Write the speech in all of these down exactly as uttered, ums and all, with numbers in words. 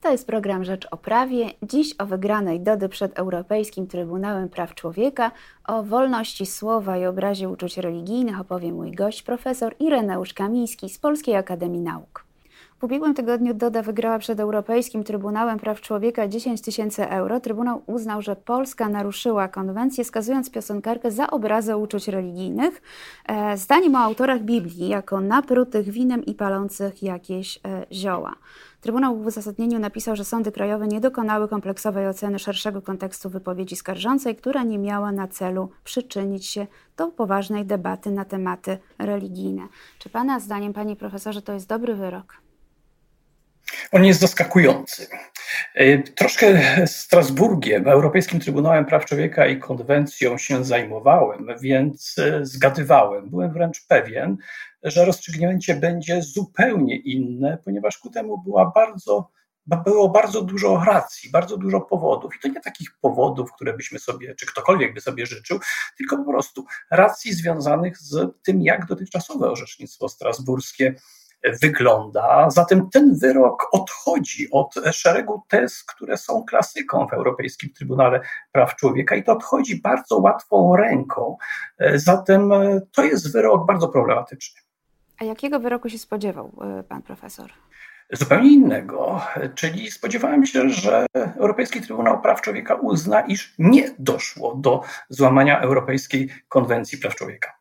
To jest program Rzecz o Prawie. Dziś o wygranej Dody przed Europejskim Trybunałem Praw Człowieka, o wolności słowa i obrazie uczuć religijnych opowie mój gość, profesor Ireneusz Kamiński z Polskiej Akademii Nauk. W ubiegłym tygodniu Doda wygrała przed Europejskim Trybunałem Praw Człowieka dziesięć tysięcy euro. Trybunał uznał, że Polska naruszyła konwencję, skazując piosenkarkę za obrazę uczuć religijnych, e, zdaniem o autorach Biblii, jako naprutych winem i palących jakieś e, zioła. Trybunał w uzasadnieniu napisał, że sądy krajowe nie dokonały kompleksowej oceny szerszego kontekstu wypowiedzi skarżącej, która nie miała na celu przyczynić się do poważnej debaty na tematy religijne. Czy Pana zdaniem, Panie Profesorze, to jest dobry wyrok? On jest zaskakujący. Troszkę Strasburgiem, Europejskim Trybunałem Praw Człowieka i konwencją się zajmowałem, więc zgadywałem. Byłem wręcz pewien, że rozstrzygnięcie będzie zupełnie inne, ponieważ ku temu była bardzo, było bardzo dużo racji, bardzo dużo powodów. I to nie takich powodów, które byśmy sobie, czy ktokolwiek by sobie życzył, tylko po prostu racji związanych z tym, jak dotychczasowe orzecznictwo strasburskie wygląda. Zatem ten wyrok odchodzi od szeregu tez, które są klasyką w Europejskim Trybunale Praw Człowieka i to odchodzi bardzo łatwą ręką. Zatem to jest wyrok bardzo problematyczny. A jakiego wyroku się spodziewał pan profesor? Zupełnie innego, czyli spodziewałem się, że Europejski Trybunał Praw Człowieka uzna, iż nie doszło do złamania Europejskiej Konwencji Praw Człowieka.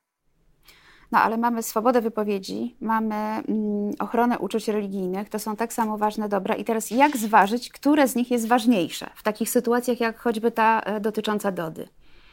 No ale mamy swobodę wypowiedzi, mamy mm, ochronę uczuć religijnych, to są tak samo ważne dobra. I teraz jak zważyć, które z nich jest ważniejsze w takich sytuacjach jak choćby ta e, dotycząca Dody?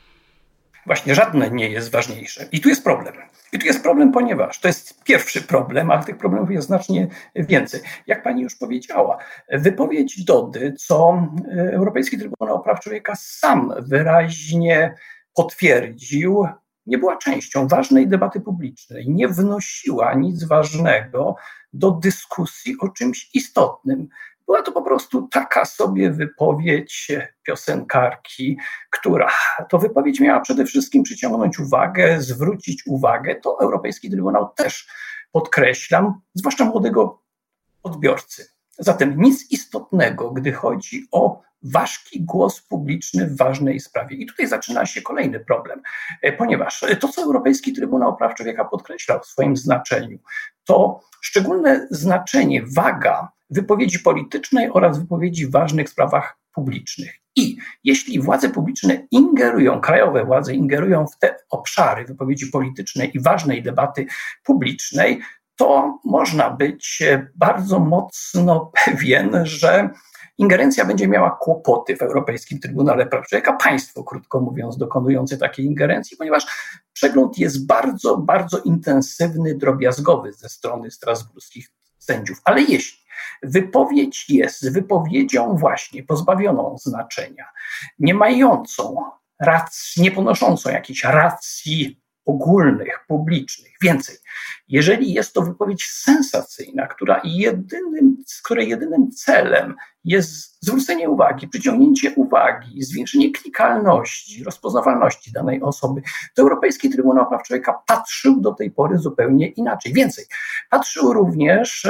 Właśnie żadne nie jest ważniejsze. I tu jest problem. I tu jest problem, ponieważ to jest pierwszy problem, ale tych problemów jest znacznie więcej. Jak pani już powiedziała, wypowiedź Dody, co Europejski Trybunał Praw Człowieka sam wyraźnie potwierdził, nie była częścią ważnej debaty publicznej, nie wnosiła nic ważnego do dyskusji o czymś istotnym. Była to po prostu taka sobie wypowiedź piosenkarki, która to wypowiedź miała przede wszystkim przyciągnąć uwagę, zwrócić uwagę. To Europejski Trybunał też podkreślam, zwłaszcza młodego odbiorcy. Zatem nic istotnego, gdy chodzi o ważki głos publiczny w ważnej sprawie. I tutaj zaczyna się kolejny problem, ponieważ to, co Europejski Trybunał Praw Człowieka podkreślał w swoim znaczeniu, to szczególne znaczenie, waga wypowiedzi politycznej oraz wypowiedzi w ważnych sprawach publicznych. I jeśli władze publiczne ingerują, krajowe władze ingerują w te obszary wypowiedzi politycznej i ważnej debaty publicznej, to można być bardzo mocno pewien, że ingerencja będzie miała kłopoty w Europejskim Trybunale Praw Człowieka, państwo, krótko mówiąc, dokonujące takiej ingerencji, ponieważ przegląd jest bardzo, bardzo intensywny, drobiazgowy ze strony strasburskich sędziów. Ale jeśli wypowiedź jest wypowiedzią właśnie pozbawioną znaczenia, nie mającą racji, nie ponoszącą jakichś racji ogólnych, publicznych. Więcej, jeżeli jest to wypowiedź sensacyjna, która jedynym, której jedynym celem jest zwrócenie uwagi, przyciągnięcie uwagi, zwiększenie klikalności, rozpoznawalności danej osoby, to Europejski Trybunał Praw Człowieka patrzył do tej pory zupełnie inaczej. Więcej, patrzył również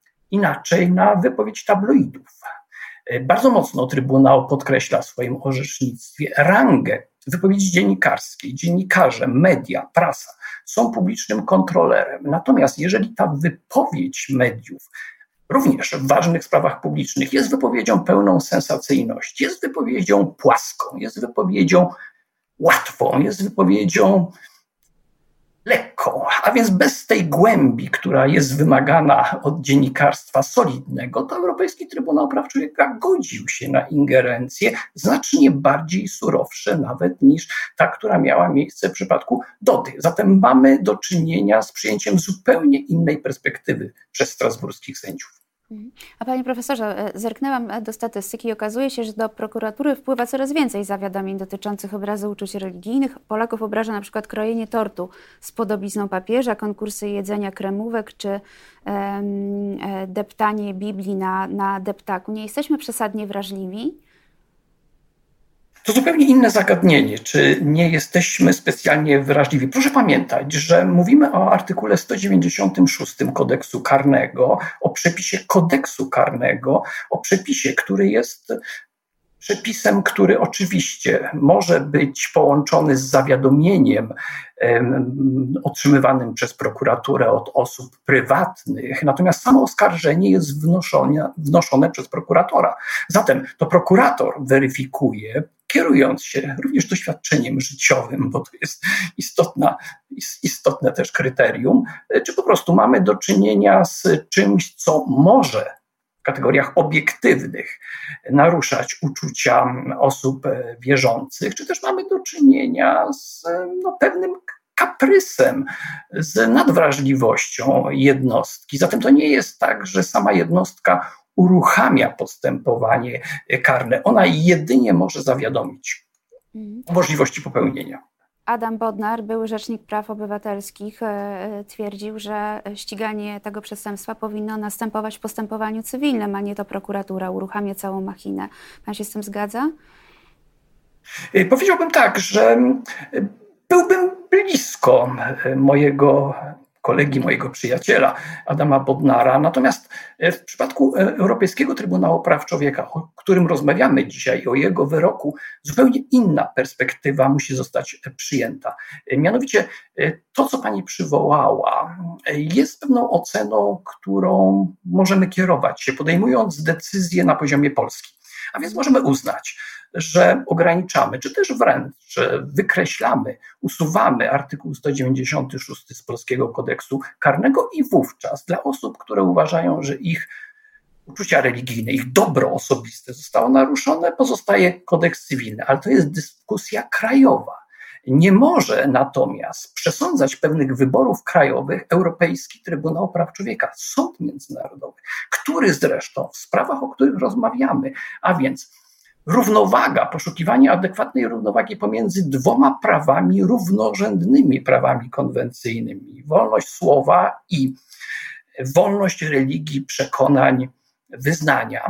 inaczej na wypowiedź tabloidów. Bardzo mocno Trybunał podkreśla w swoim orzecznictwie rangę wypowiedzi dziennikarskiej. Dziennikarze, media, prasa są publicznym kontrolerem. Natomiast jeżeli ta wypowiedź mediów, również w ważnych sprawach publicznych, jest wypowiedzią pełną sensacyjności, jest wypowiedzią płaską, jest wypowiedzią łatwą, jest wypowiedzią lekką, a więc bez tej głębi, która jest wymagana od dziennikarstwa solidnego, to Europejski Trybunał Praw Człowieka godził się na ingerencje znacznie bardziej surowsze nawet niż ta, która miała miejsce w przypadku Dody. Zatem mamy do czynienia z przyjęciem zupełnie innej perspektywy przez strasburskich sędziów. A panie profesorze, zerknęłam do statystyki i okazuje się, że do prokuratury wpływa coraz więcej zawiadomień dotyczących obrazu uczuć religijnych. Polaków obraża na przykład krojenie tortu z podobizną papieża, konkursy jedzenia kremówek czy um, deptanie Biblii na, na deptaku. Nie jesteśmy przesadnie wrażliwi? To zupełnie inne zagadnienie, czy nie jesteśmy specjalnie wrażliwi. Proszę pamiętać, że mówimy o artykule sto dziewięćdziesiątym szóstym kodeksu karnego, o przepisie kodeksu karnego, o przepisie, który jest przepisem, który oczywiście może być połączony z zawiadomieniem um, otrzymywanym przez prokuraturę od osób prywatnych, natomiast samo oskarżenie jest wnoszone, wnoszone przez prokuratora. Zatem to prokurator weryfikuje, kierując się również doświadczeniem życiowym, bo to jest istotna, istotne też kryterium, czy po prostu mamy do czynienia z czymś, co może w kategoriach obiektywnych naruszać uczucia osób wierzących, czy też mamy do czynienia z no, pewnym kaprysem, z nadwrażliwością jednostki. Zatem to nie jest tak, że sama jednostka uruchamia postępowanie karne. Ona jedynie może zawiadomić o możliwości popełnienia. Adam Bodnar, były rzecznik praw obywatelskich, twierdził, że ściganie tego przestępstwa powinno następować w postępowaniu cywilnym, a nie to prokuratura uruchamia całą machinę. Pan się z tym zgadza? Powiedziałbym tak, że byłbym blisko mojego kolegi, mojego przyjaciela Adama Bodnara. Natomiast w przypadku Europejskiego Trybunału Praw Człowieka, o którym rozmawiamy dzisiaj, o jego wyroku, zupełnie inna perspektywa musi zostać przyjęta. Mianowicie to, co pani przywołała, jest pewną oceną, którą możemy kierować się, podejmując decyzje na poziomie Polski. A więc możemy uznać, że ograniczamy, czy też wręcz wykreślamy, usuwamy artykuł sto dziewięćdziesiąty szósty z Polskiego Kodeksu Karnego i wówczas dla osób, które uważają, że ich uczucia religijne, ich dobro osobiste zostało naruszone, pozostaje kodeks cywilny, ale to jest dyskusja krajowa. Nie może natomiast przesądzać pewnych wyborów krajowych Europejski Trybunał Praw Człowieka, Sąd Międzynarodowy, który zresztą w sprawach, o których rozmawiamy, a więc równowaga, poszukiwanie adekwatnej równowagi pomiędzy dwoma prawami równorzędnymi prawami konwencyjnymi, wolność słowa i wolność religii, przekonań, wyznania,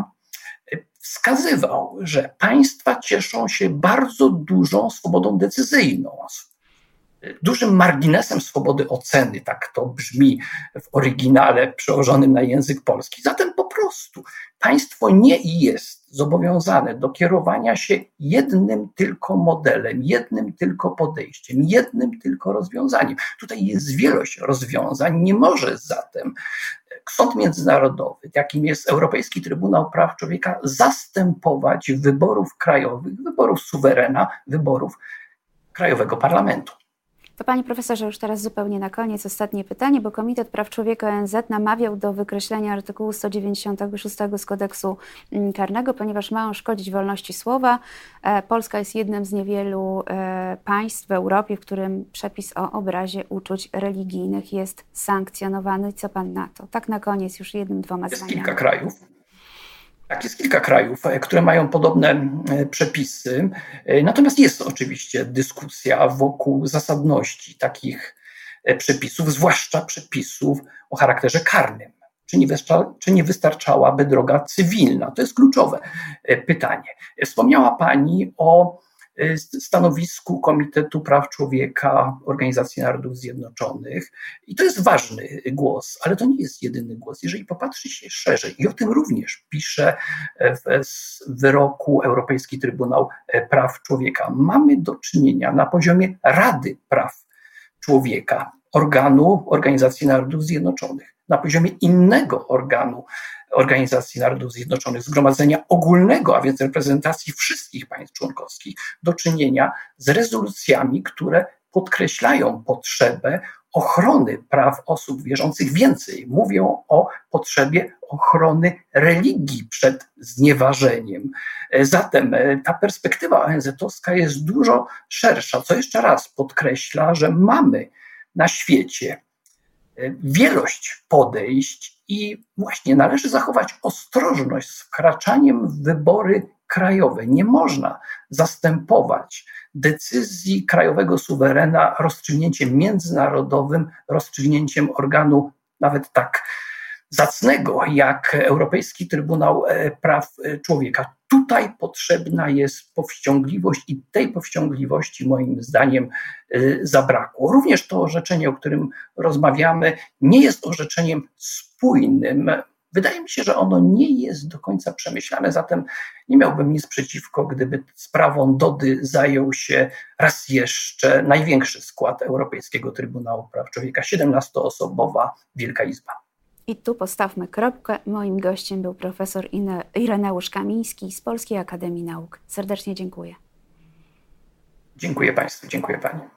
wskazywał, że państwa cieszą się bardzo dużą swobodą decyzyjną, dużym marginesem swobody oceny, tak to brzmi w oryginale przełożonym na język polski. Zatem po prostu państwo nie jest zobowiązane do kierowania się jednym tylko modelem, jednym tylko podejściem, jednym tylko rozwiązaniem. Tutaj jest wielość rozwiązań, nie może zatem Sąd Międzynarodowy, jakim jest Europejski Trybunał Praw Człowieka, zastępować wyborów krajowych, wyborów suwerena, wyborów Krajowego Parlamentu. To panie profesorze, już teraz zupełnie na koniec ostatnie pytanie, bo Komitet Praw Człowieka O N Z namawiał do wykreślenia artykułu sto dziewięćdziesiątego szóstego z kodeksu karnego, ponieważ ma on szkodzić wolności słowa. Polska jest jednym z niewielu państw w Europie, w którym przepis o obrazie uczuć religijnych jest sankcjonowany. Co pan na to? Tak na koniec już jednym, dwoma zdaniami. Jest kilka krajów. Tak, jest kilka krajów, które mają podobne przepisy, natomiast jest oczywiście dyskusja wokół zasadności takich przepisów, zwłaszcza przepisów o charakterze karnym. Czy nie, wystarcza, czy nie wystarczałaby droga cywilna? To jest kluczowe pytanie. Wspomniała pani o stanowisku Komitetu Praw Człowieka Organizacji Narodów Zjednoczonych i to jest ważny głos, ale to nie jest jedyny głos. Jeżeli popatrzy się szerzej i o tym również pisze w wyroku Europejski Trybunał Praw Człowieka, mamy do czynienia na poziomie Rady Praw Człowieka, organu Organizacji Narodów Zjednoczonych, na poziomie innego organu Organizacji Narodów Zjednoczonych, Zgromadzenia Ogólnego, a więc reprezentacji wszystkich państw członkowskich, do czynienia z rezolucjami, które podkreślają potrzebę ochrony praw osób wierzących. Więcej, mówią o potrzebie ochrony religii przed znieważeniem. Zatem ta perspektywa O N Z-owska jest dużo szersza, co jeszcze raz podkreśla, że mamy na świecie wielość podejść i właśnie należy zachować ostrożność z wkraczaniem w wybory krajowe. Nie można zastępować decyzji krajowego suwerena rozstrzygnięciem międzynarodowym, rozstrzygnięciem organu nawet tak zacnego jak Europejski Trybunał Praw Człowieka. Tutaj potrzebna jest powściągliwość i tej powściągliwości moim zdaniem zabrakło. Również to orzeczenie, o którym rozmawiamy, nie jest orzeczeniem spójnym. Wydaje mi się, że ono nie jest do końca przemyślane, zatem nie miałbym nic przeciwko, gdyby sprawą Dody zajął się raz jeszcze największy skład Europejskiego Trybunału Praw Człowieka, siedemnastoosobowa Wielka Izba. I tu postawmy kropkę. Moim gościem był profesor Ireneusz Kamiński z Polskiej Akademii Nauk. Serdecznie dziękuję. Dziękuję Państwu, dziękuję Pani.